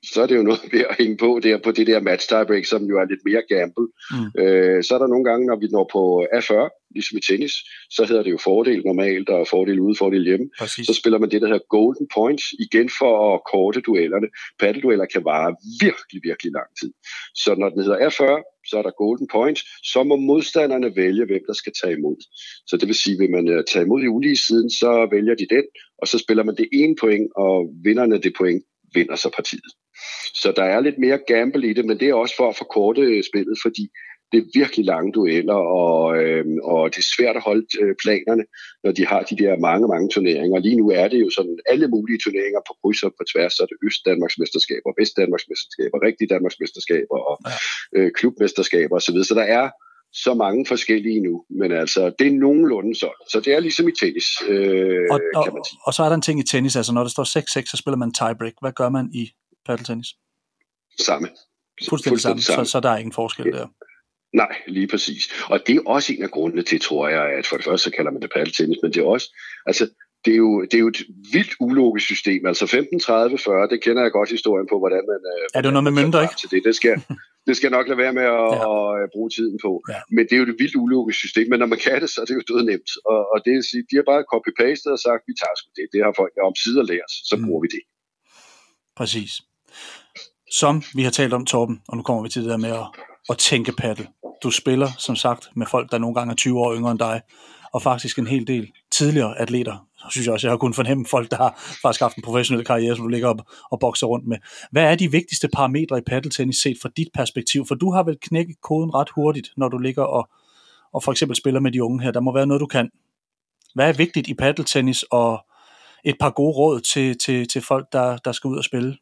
Speaker 2: så er det jo noget ved at hænge på der på det der match tiebreak, som jo er lidt mere gamble. Mm. Øh, så er der nogle gange, når vi når på A fyrre, ligesom i tennis, så hedder det jo fordel normalt, og fordel ude, fordel hjemme. Præcis. Så spiller man det, der hedder golden points, igen for at korte duellerne. Paddeldueller kan vare virkelig, virkelig lang tid. Så når den hedder A fyrre, så er der golden points, så må modstanderne vælge, hvem der skal tage imod. Så det vil sige, vil man tage imod i ulige siden, så vælger de den, og så spiller man det ene point, og vinderne det point vinder så partiet. Så der er lidt mere gamble i det, men det er også for at forkorte spillet, fordi det er virkelig lange dueller, og, øh, og det er svært at holde øh, planerne, når de har de der mange, mange turneringer. Lige nu er det jo sådan alle mulige turneringer på kryds og på tværs, så er det Øst-Danmarksmesterskaber, Vest-Danmarksmesterskaber, rigtige Danmarksmesterskaber og øh, klubmesterskaber osv. Så der er så mange forskellige nu, men altså, det er nogenlunde så. Så det er ligesom i tennis, øh,
Speaker 1: og, og,
Speaker 2: kan man sige.
Speaker 1: Og så er der en ting i tennis, altså når der står seks seks, så spiller man tiebreak. Hvad gør man i paddeltennis?
Speaker 2: Samme.
Speaker 1: Fuldstændig samme, samme. Så, så der er ingen forskel der.
Speaker 2: Nej, lige præcis. Og det er også en af grundene til, tror jeg, at for det første så kalder man det paddeltennis, men det er også, altså, det er jo, det er jo et vildt ulogisk system. Altså femten, tredive, fyrre, det kender jeg godt historien på, hvordan man...
Speaker 1: Er det noget med mønter, ikke?
Speaker 2: Til det. Det, skal, det skal nok lade være med at, ja. at bruge tiden på. Ja. Men det er jo et vildt ulogisk system, men når man kan det, så er det jo død nemt. Og, og det vil sige, de har bare copy-pastet og sagt, vi tager sgu det. Det har folk om sider lært, så bruger mm. vi det.
Speaker 1: Præcis. Som vi har talt om, Torben, og nu kommer vi til det der med at, at tænke paddel. Du spiller, som sagt, med folk, der nogle gange er tyve år yngre end dig, og faktisk en hel del tidligere atleter. Så synes jeg også, jeg har kunnet fornemme folk, der har faktisk haft en professionel karriere, som du ligger op og bokser rundt med. Hvad er de vigtigste parametre i paddeltennis set fra dit perspektiv? For du har vel knækket koden ret hurtigt, når du ligger og, og for eksempel spiller med de unge her. Der må være noget, du kan. Hvad er vigtigt i paddeltennis, og et par gode råd til, til, til folk, der, der skal ud og spille?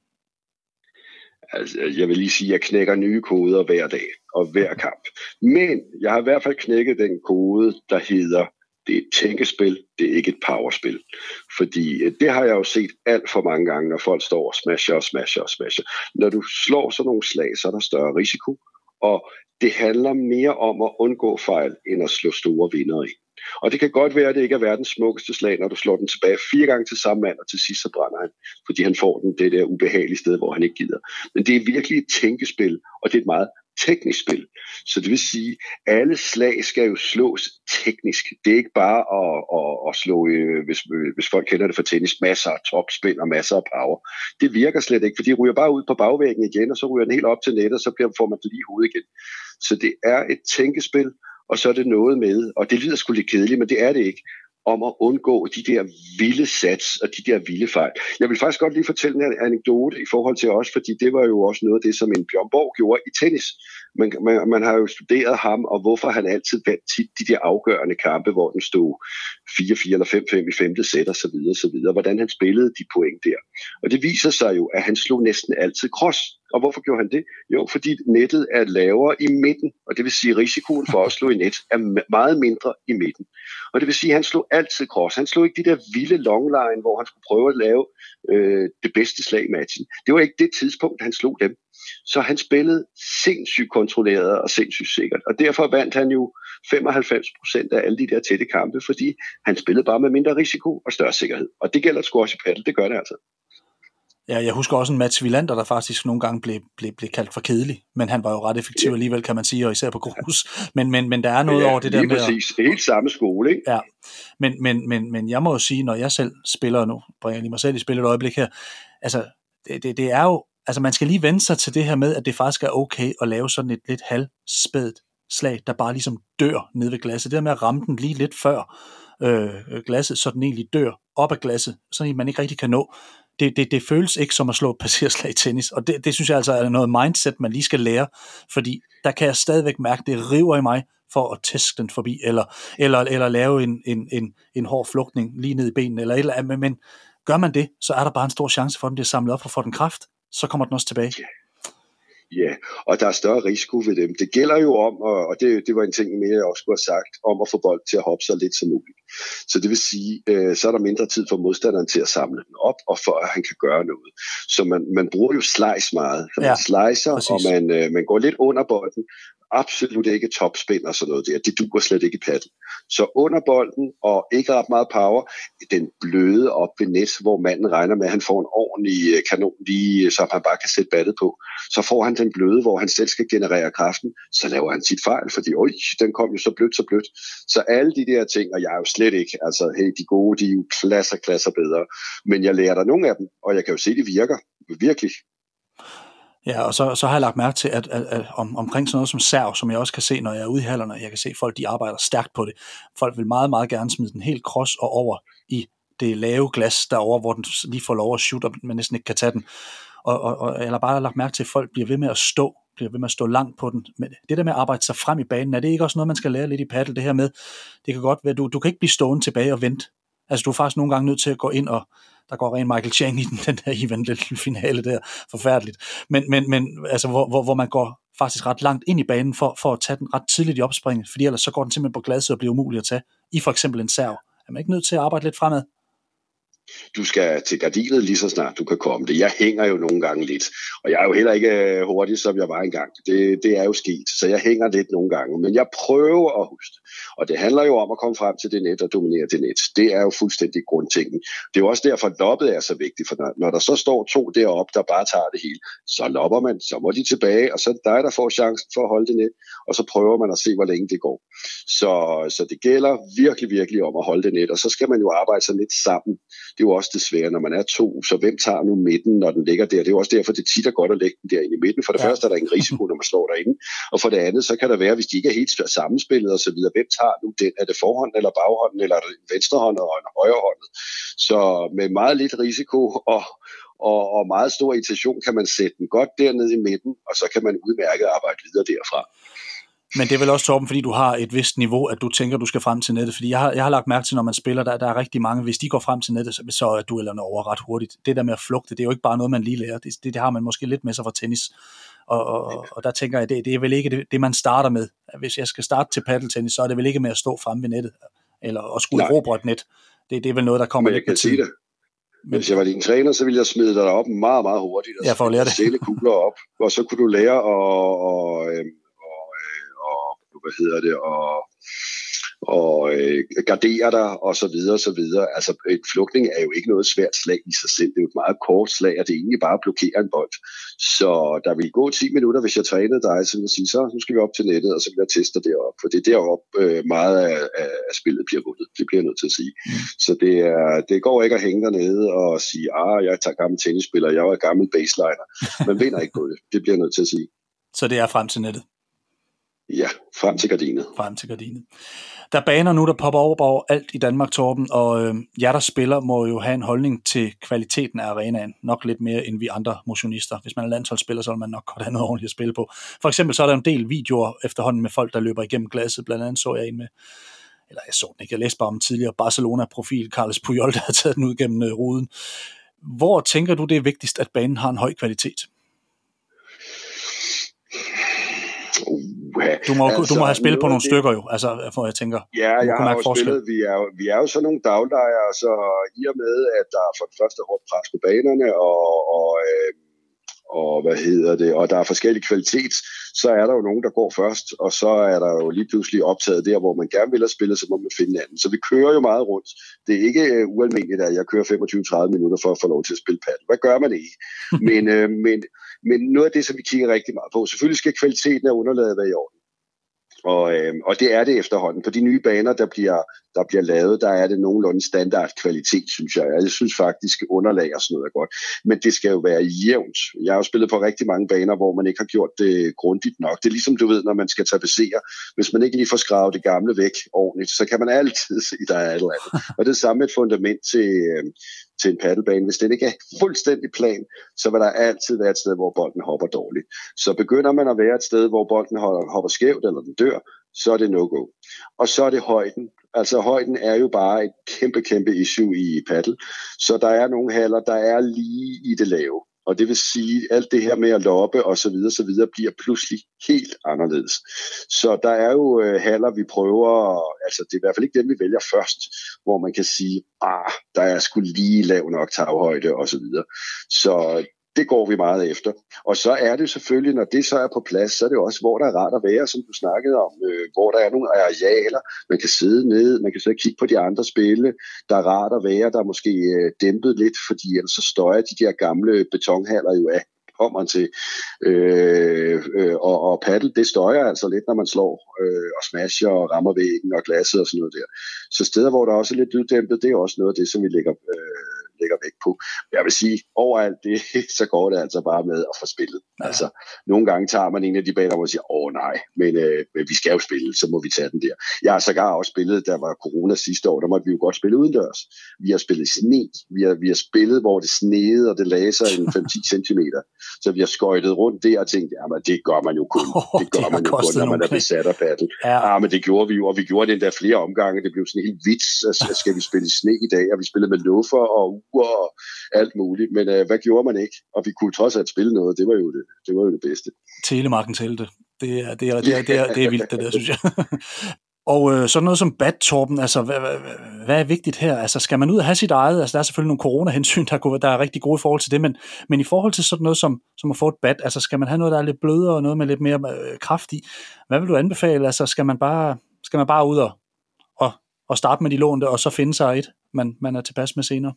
Speaker 2: Altså, jeg vil lige sige, at jeg knækker nye koder hver dag og hver kamp. Men jeg har i hvert fald knækket den kode, der hedder, det er et tænkespil, det er ikke et powerspil. Fordi det har jeg jo set alt for mange gange, når folk står og smasher og smasher og smasher. Når du slår sådan nogle slag, så er der større risiko. Og det handler mere om at undgå fejl, end at slå store vindere i. Og det kan godt være, at det ikke er verdens smukkeste slag, når du slår den tilbage fire gange til samme mand, og til sidst så brænder han, fordi han får den det der ubehagelige sted, hvor han ikke gider. Men det er virkelig et tænkespil, og det er et meget teknisk spil. Så det vil sige, at alle slag skal jo slås teknisk. Det er ikke bare at, at, at slå, hvis, hvis folk kender det fra tennis, masser af topspin og masser af power. Det virker slet ikke, for de ryger bare ud på bagvæggen igen, og så ryger den helt op til nettet, og så får man det lige i hovedet igen. Så det er et tænkespil, og så er det noget med, og det lyder sgu lidt kedeligt, men det er det ikke, om at undgå de der vilde sats og de der vilde fejl. Jeg vil faktisk godt lige fortælle en anekdote i forhold til os, fordi det var jo også noget af det, som en Bjørn Borg gjorde i tennis. Man, man, man har jo studeret ham, og hvorfor han altid vandt tit de der afgørende kampe, hvor den stod fire fire eller fem fem i femte sæt og så videre, så videre. Hvordan han spillede de point der. Og det viser sig jo, at han slog næsten altid cross. Og hvorfor gjorde han det? Jo, fordi nettet er lavere i midten, og det vil sige, at risikoen for at slå i net er meget mindre i midten. Og det vil sige, at han slog altid cross. Han slog ikke de der vilde longline, hvor han skulle prøve at lave øh, det bedste slag i matchen. Det var ikke det tidspunkt, han slog dem. Så han spillede sindssygt kontrolleret og sindssygt sikkert. Og derfor vandt han jo femoghalvfems procent af alle de der tætte kampe, fordi han spillede bare med mindre risiko og større sikkerhed. Og det gælder squash i paddle, det gør det altså.
Speaker 1: Ja, jeg husker også en Mats Wilander, der faktisk nogle gange blev, blev, blev kaldt for kedelig, men han var jo ret effektiv ja. alligevel, kan man sige, og især på grus. Men, men, men der er noget ja, over det der med...
Speaker 2: præcis. Det er helt samme skole, ikke?
Speaker 1: Ja, men, men, men, men jeg må jo sige, når jeg selv spiller nu, bringer jeg lige mig selv i spil et øjeblik her, altså, det, det, det er jo, altså man skal lige vende sig til det her med, at det faktisk er okay at lave sådan et lidt halvspædt slag, der bare ligesom dør ned ved glasset. Det der med at ramme den lige lidt før øh, glasset, så den egentlig dør op af glasset, så man ikke rigtig kan nå. Det, det, det føles ikke som at slå et passerslag i tennis, og det, det synes jeg altså er noget mindset, man lige skal lære, fordi der kan jeg stadigvæk mærke, det river i mig for at tæske den forbi, eller, eller, eller lave en, en, en, en hård flugtning lige ned i benene, eller, eller men, men gør man det, så er der bare en stor chance for, at den bliver samlet op og får den kraft, så kommer den også tilbage.
Speaker 2: Ja, og der er større risiko ved dem. Det gælder jo om, og det, det var en ting mere, jeg også skulle have sagt, om at få bolden til at hoppe så lidt som muligt. Så det vil sige, øh, så er der mindre tid for modstanderen til at samle den op, og for at han kan gøre noget. Så man, man bruger jo slice meget. Så man ja, slicer, præcis. Og man, øh, man går lidt under bolden. Absolut ikke topspin og sådan noget der. Det duer slet ikke i paddel. Så under bolden og ikke ret meget power. den bløde op ved net, hvor manden regner med, at han får en ordentlig kanon lige, som han bare kan sætte battet på. Så får han den bløde, hvor han selv skal generere kraften, så laver han sit fejl, fordi øj, den kom jo så blødt, så blødt. Så alle de der ting, og jeg er jo slet ikke, altså hey, de gode, de er jo klasser, klasser bedre, men jeg lærer der nogle af dem, og jeg kan jo se, det virker, virkelig.
Speaker 1: Ja, og så, så har jeg lagt mærke til, at, at, at om, omkring sådan noget som serv, som jeg også kan se, når jeg er ude i hallerne, jeg kan se, at folk de arbejder stærkt på det. Folk vil meget, meget gerne smide den helt cross og over i det lave glas derovre, hvor den lige får lov at shoot, og man næsten ikke kan tage den. Og, og, og jeg har bare lagt mærke til, at folk bliver ved med at stå, bliver ved med at stå langt på den. Men det der med at arbejde sig frem i banen, er det ikke også noget, man skal lære lidt i paddle, det her med, det kan godt være, du, du kan ikke blive stående tilbage og vente. Altså, du er faktisk nogle gange nødt til at gå ind, og der går ren Michael Chang i den, den der event-finale der, forfærdeligt. Men, men, men altså, hvor, hvor, hvor man går faktisk ret langt ind i banen, for, for at tage den ret tidligt i opspringet, fordi ellers så går den simpelthen på gladset og bliver umulig at tage, i for eksempel en serv. Er man ikke nødt til at arbejde lidt fremad?
Speaker 2: Du skal til gardinet lige så snart du kan komme det. Jeg hænger jo nogle gange lidt, og jeg er jo heller ikke hurtig, som jeg var engang. Det, det er jo sket, så jeg hænger lidt nogle gange. Men jeg prøver at huske. Og det handler jo om at komme frem til det net og dominere det net. Det er jo fuldstændig grundtingen. Det er jo også derfor, at loppet er så vigtigt, for når, når der så står to deroppe, der bare tager det hele, så lopper man, så må de tilbage, og så er det dig, der får chancen for at holde det net, og så prøver man at se, hvor længe det går. Så, så det gælder virkelig, virkelig om at holde det net, og så skal man jo arbejde sig lidt sammen. Det er jo også det svære, når man er to, så hvem tager nu midten, når den ligger der? Det er jo også derfor, det tit er godt at lægge den derinde i midten. For det ja. første er der ingen risiko, når man slår derinde, og for det andet, så kan der være, hvis de ikke er helt sammenspillet og så videre, hvem tager nu den? Er det forhånden eller baghånden, eller er det en venstrehånd og en højrehånd? Så med meget lidt risiko og, og, og meget stor irritation kan man sætte den godt derned i midten, og så kan man udmærket arbejde videre derfra.
Speaker 1: Men det er vel også, Torben, fordi du har et vist niveau, at du tænker, du skal frem til nettet. Fordi jeg har, jeg har lagt mærke til, når man spiller, der, der er rigtig mange, hvis de går frem til nettet, så er duellerne over ret hurtigt. Det der med at flugte, det er jo ikke bare noget, man lige lærer. Det, det, det har man måske lidt med sig fra tennis. Og, og, og der tænker jeg, det, det er vel ikke det, det, man starter med. Hvis jeg skal starte til paddeltennis, så er det vel ikke med at stå frem ved nettet, eller at skulle erobre et net. Det, det er vel noget, der kommer lidt med tiden.
Speaker 2: Men hvis jeg var din træner, så ville jeg smide dig op meget, meget hurtigt.
Speaker 1: Og ja, for at lære det.
Speaker 2: Stille kugler op, og så kunne du lære at... Og, øhm, hvad hedder det, og, og øh, gardere dig, og så videre, og så videre. Altså, et flugtning er jo ikke noget svært slag i sig selv. Det er jo et meget kort slag, og det er egentlig bare at blokere en bold. Så der vil gå ti minutter, hvis jeg trænede dig, så vil jeg sige, så nu skal vi op til nettet, og så vil jeg teste deroppe. For det er deroppe øh, meget af, af spillet bliver vundet. Det bliver jeg nødt til at sige. Mm. Så det, er, det går ikke at hænge dernede og sige, ah, jeg tager gammel tennisspiller, jeg er gammel baseliner. Man vinder ikke på det. Det bliver jeg nødt til at sige.
Speaker 1: Så det er frem til nettet?
Speaker 2: Ja, frem til gardinet.
Speaker 1: Frem til gardinet. Der er baner nu, der popper over alt i Danmark, Torben, og øh, jer, der spiller, må jo have en holdning til kvaliteten af arenaen, nok lidt mere end vi andre motionister. Hvis man er landsholdsspiller, så vil man nok godt have noget ordentligt at spille på. For eksempel så er der en del videoer efterhånden med folk, der løber igennem glasset. Blandt andet så jeg en med, eller jeg så den ikke, jeg læste bare om tidligere Barcelona-profil, Carles Puyol, der havde taget den ud gennem øh, ruden. Hvor tænker du, det er vigtigst, at banen har en høj kvalitet? Du må, altså, du må have spillet på nogle det, stykker jo, altså, for jeg tænker.
Speaker 2: Ja, jeg har jo spillet, vi er jo, vi er jo sådan nogle daglejere, så i og med, at der er for det første hårdt pres på banerne, og, og, øh, og hvad hedder det, og der er forskellig kvalitet, så er der jo nogen, der går først, og så er der jo lige pludselig optaget der, hvor man gerne vil have spillet, så må man finde anden. Så vi kører jo meget rundt. Det er ikke uh, ualmindeligt, at jeg kører femogtyve til tredive minutter for at få lov til at spille paddel. Hvad gør man ikke? Men, øh, men Men noget af det, som vi kigger rigtig meget på, selvfølgelig skal kvaliteten af underlaget være i orden. Og, øh, og det er det efterhånden. På de nye baner, der bliver, der bliver lavet, der er det nogenlunde standard kvalitet, synes jeg. Jeg synes faktisk, underlag og sådan noget er godt. Men det skal jo være jævnt. Jeg har jo spillet på rigtig mange baner, hvor man ikke har gjort det grundigt nok. Det er ligesom, du ved, når man skal tapetsere. Hvis man ikke lige får skravet det gamle væk ordentligt, så kan man altid se, der er et eller andet. Og det er samme et fundament til... Øh, til en paddelbane. Hvis den ikke er fuldstændig plan, så vil der altid være et sted, hvor bolden hopper dårligt. Så begynder man at være et sted, hvor bolden hopper skævt, eller den dør, så er det no-go. Og så er det højden. Altså højden er jo bare et kæmpe, kæmpe issue i paddel. Så der er nogle haller, der er lige i det lave. Og det vil sige, at alt det her med at loppe og så videre, så videre bliver pludselig helt anderledes. Så der er jo øh, haller, vi prøver, altså det er i hvert fald ikke dem, vi vælger først, hvor man kan sige, ah, der er sgu lige lav nok taghøjde og så videre. Så det går vi meget efter. Og så er det selvfølgelig, når det så er på plads, så er det også, hvor der er rart at være, som du snakkede om, øh, hvor der er nogle arealer, man kan sidde ned, man kan sidde og kigge på de andre spille, der er rart at være, der er måske øh, dæmpet lidt, fordi ellers så støjer de der gamle betonhaller jo af kommer til. Øh, øh, og, og paddle, det støjer altså lidt, når man slår øh, og smasher og rammer væggen og glasset og sådan noget der. Så steder, hvor der også er lidt lyddæmpet, det er også noget af det, som vi lægger, øh, lægger vægt på. Jeg vil sige, overalt det, så går det altså bare med at få spillet. Ja. Altså, nogle gange tager man en af de baner, hvor man siger, åh nej, men øh, vi skal jo spille, så må vi tage den der. Jeg har sågar også spillet, der var corona sidste år, der måtte vi jo godt spille udendørs. Vi har spillet sne, vi har, vi har spillet, hvor det sneede, og det lagde sig en fem til ti centimeter. Så vi har skøjtet rundt der og tænkt, ja, men det gør man jo kun. Oh, det gør det man jo kun, når man er besat af paddle. Ja. ja, men det gjorde vi jo, og vi gjorde det endda flere omgange. Det blev sådan en helt vits, at skal vi spille sne i dag, og vi spillede med luffer og uger og alt muligt. Men øh, hvad gjorde man ikke? Og vi kunne trods alt spille noget. Det var jo det, det, var jo det bedste.
Speaker 1: Telemarkens helte. Det er, det er, det er, det er, det er vildt, det der, synes jeg. Og øh, sådan noget som bat, Torben, altså hvad, hvad, hvad er vigtigt her? Altså skal man ud og have sit eget? Altså der er selvfølgelig nogle corona-hensyn, der, kunne, der er rigtig gode i forhold til det, men, men i forhold til sådan noget som, som at få et bat, altså skal man have noget, der er lidt blødere og noget med lidt mere øh, kraft i? Hvad vil du anbefale? Altså skal man bare, skal man bare ud og, og, og starte med de lånte, og så finde sig et, man, man er tilpas med senere?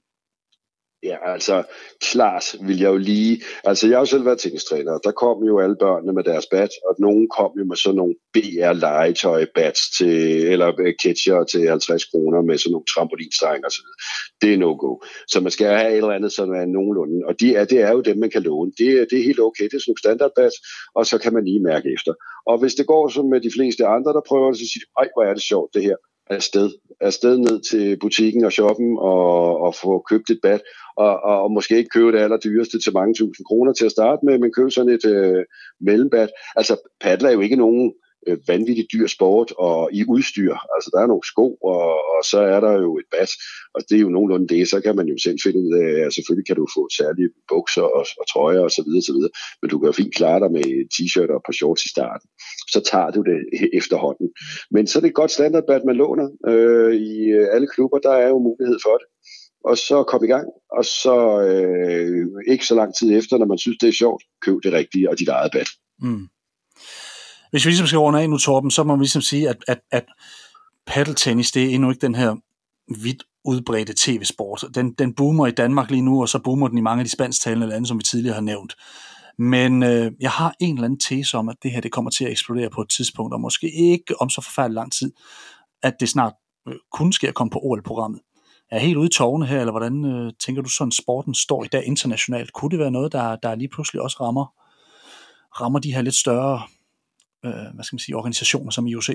Speaker 2: Ja, altså, klart vil jeg jo lige... Altså, jeg har jo selv været tennistræner, og der kom jo alle børnene med deres bat, og nogen kom jo med sådan nogle B R-legetøj-bats til, eller catcher til halvtreds kroner med sådan nogle trampolinstreng og så videre. Det er no-go. Så man skal have et eller andet sådan en nogenlunde, og de er, det er jo dem, man kan låne. Det, det er helt okay, det er sådan nogle standardbats, og så kan man lige mærke efter. Og hvis det går som med de fleste andre, der prøver, så siger de, ej, hvor er det sjovt det her. Afsted. Afsted ned til butikken og shoppen og, og få købt et bat, og, og, og måske ikke købe det allerdyreste til mange tusind kroner til at starte med, men købe sådan et øh, mellembat. Altså, paddle er jo ikke nogen øh, vanvittigt dyr sport og i udstyr. Altså, der er nogle sko, og, og så er der jo et bat, og det er jo nogenlunde det, så kan man jo selv finde ud af, at selvfølgelig kan du få særlige bukser og, og trøjer og så videre, så videre, men du kan jo fint klare dig med t-shirt og et par shorts i starten. Så tager du det efterhånden. Men så er det et godt standardbat, man låner. Øh, I alle klubber, der er jo mulighed for det. Og så kom i gang, og så øh, ikke så lang tid efter, når man synes, det er sjovt, køb det rigtige og dit eget bat. Mm.
Speaker 1: Hvis vi ligesom skal runde af nu, Torben, så må vi ligesom sige, at, at, at paddeltennis, det er endnu ikke den her vidt udbredte tv-sport. Den, den boomer i Danmark lige nu, og så boomer den i mange af de spansktalende lande, som vi tidligere har nævnt. Men øh, jeg har en eller anden tese om, at det her det kommer til at eksplodere på et tidspunkt, og måske ikke om så forfærdelig lang tid, at det snart øh, kun sker at komme på O L-programmet. Er jeg helt ude i tårne her, eller hvordan øh, tænker du sådan, sporten står i dag internationalt? Kunne det være noget, der, der lige pludselig også rammer, rammer de her lidt større øh, hvad skal man sige, organisationer som I O C?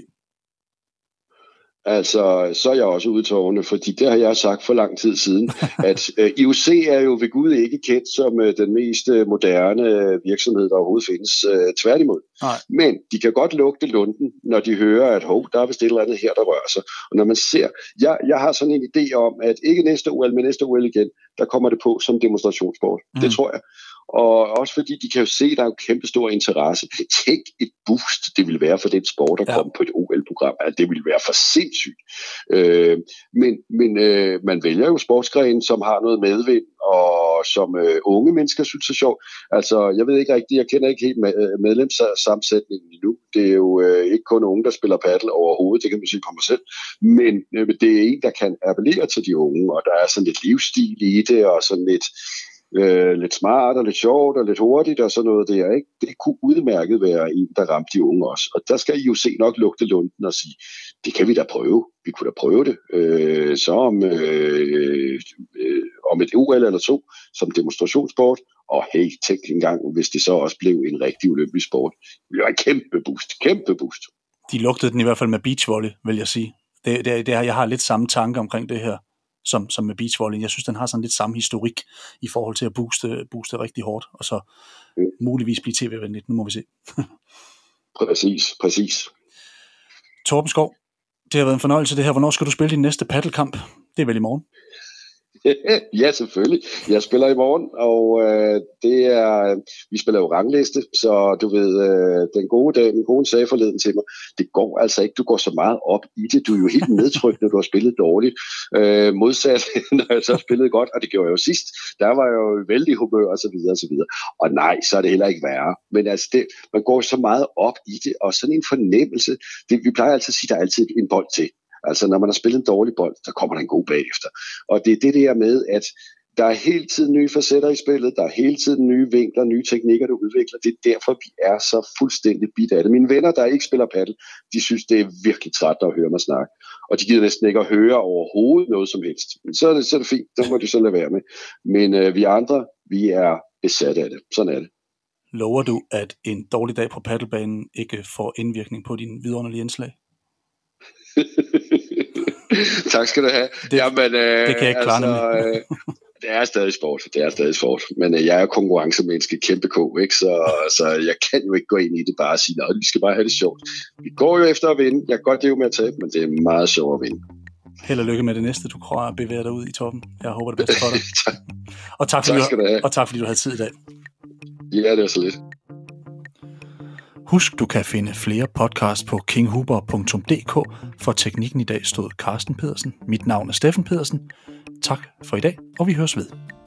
Speaker 2: Altså, så er jeg også ude i tårne, fordi det har jeg sagt for lang tid siden, at øh, I O C er jo ved Gud ikke kendt som øh, den mest øh, moderne virksomhed, der overhovedet findes, øh, tværtimod. Nej. Men de kan godt lugte lunden, når de hører, at hov, der er vist et eller andet her, der rører sig. Og når man ser, jeg, jeg har sådan en idé om, at ikke næste O L, men næste O L igen, der kommer det på som demonstrationssport. Mm. Det tror jeg. Og også fordi de kan jo se, at der er jo kæmpe stor interesse. Tænk et boost, det ville være for den sport at ja. komme på et O L-program. Altså, det ville være for sindssygt. Øh, men men øh, man vælger jo sportsgrenen, som har noget medvind, og som øh, unge mennesker synes er sjovt. Altså, jeg ved ikke rigtigt, jeg kender ikke helt medlemssammensætningen endnu. Det er jo øh, ikke kun unge, der spiller paddle overhovedet, det kan man sige på mig selv. Men øh, det er en, der kan appellere til de unge, og der er sådan lidt livsstil i det, og sådan lidt Øh, lidt smart og lidt sjovt og lidt hurtigt og sådan noget der, ikke? Det kunne udmærket være en, der ramte de unge også. Og der skal I jo se nok lugte lunden og sige, det kan vi da prøve. Vi kunne da prøve det. Øh, så om, øh, øh, om et O L eller to som demonstrationssport. Og hey, tænk engang, hvis det så også blev en rigtig olympisk sport. Det ville være en kæmpe boost. Kæmpe boost.
Speaker 1: De lugtede den i hvert fald med beachvolley, vil jeg sige. Det, det, det, jeg har lidt samme tanke omkring det her. Som, som med beachvolley. Jeg synes, den har sådan lidt samme historik i forhold til at booste, booste rigtig hårdt, og så mm. muligvis blive tv-venligt. Nu må vi se.
Speaker 2: Præcis, præcis.
Speaker 1: Torben Skov, det har været en fornøjelse det her. Hvornår skal du spille din næste paddelkamp? Det er vel i morgen?
Speaker 2: Ja, selvfølgelig. Jeg spiller i morgen, og øh, det er, vi spiller jo rangliste, så du ved, øh, den gode dag, min kone sagde forleden til mig, det går altså ikke, du går så meget op i det, du er jo helt nedtrykt, når du har spillet dårligt, øh, modsat, når jeg så har spillet godt, og det gjorde jeg jo sidst, der var jeg jo vældig humør, og så videre, og så videre. Og nej, så er det heller ikke værre, men altså, det, man går så meget op i det, og sådan en fornemmelse, det, vi plejer altid at sige, der er altid en bold til. Altså, når man har spillet en dårlig bold, så kommer der en god bagefter. Og det er det der med, at der er hele tiden nye facetter i spillet, der er hele tiden nye vinkler, nye teknikker, du udvikler. Det er derfor, vi er så fuldstændig bidt af det. Mine venner, der ikke spiller paddle, de synes, det er virkelig træt at høre mig snakke. Og de gider næsten ikke at høre overhovedet noget som helst. Men så er det, så er det fint, det må de så lade være med. Men øh, vi andre, vi er besat af det. Sådan er det.
Speaker 1: Lover du, at en dårlig dag på paddlebanen ikke får indvirkning på dine vidunderlige indslag?
Speaker 2: Tak skal du have.
Speaker 1: Det,
Speaker 2: Jamen, øh,
Speaker 1: det kan jeg ikke klare
Speaker 2: altså, øh, det er stadig sport. Det er stadig sport. Men øh, jeg er konkurrencemenneske, kæmpe ko, ikke? Så, så jeg kan jo ikke gå ind i det bare og sige, at vi skal bare have det sjovt. Vi går jo efter at vinde. Jeg kan godt leve med at tabe, men det er meget sjovt at vinde.
Speaker 1: Held og lykke med det næste, du prøver at bevæge dig ud i toppen. Jeg håber det bedste for dig.
Speaker 2: tak.
Speaker 1: Og tak, fordi
Speaker 2: tak skal du have.
Speaker 1: Og tak fordi du havde tid i dag.
Speaker 2: Ja, det var så lidt.
Speaker 1: Husk, du kan finde flere podcasts på king huber punktum d k. For teknikken i dag stod Carsten Pedersen. Mit navn er Steffen Pedersen. Tak for i dag, og vi høres ved.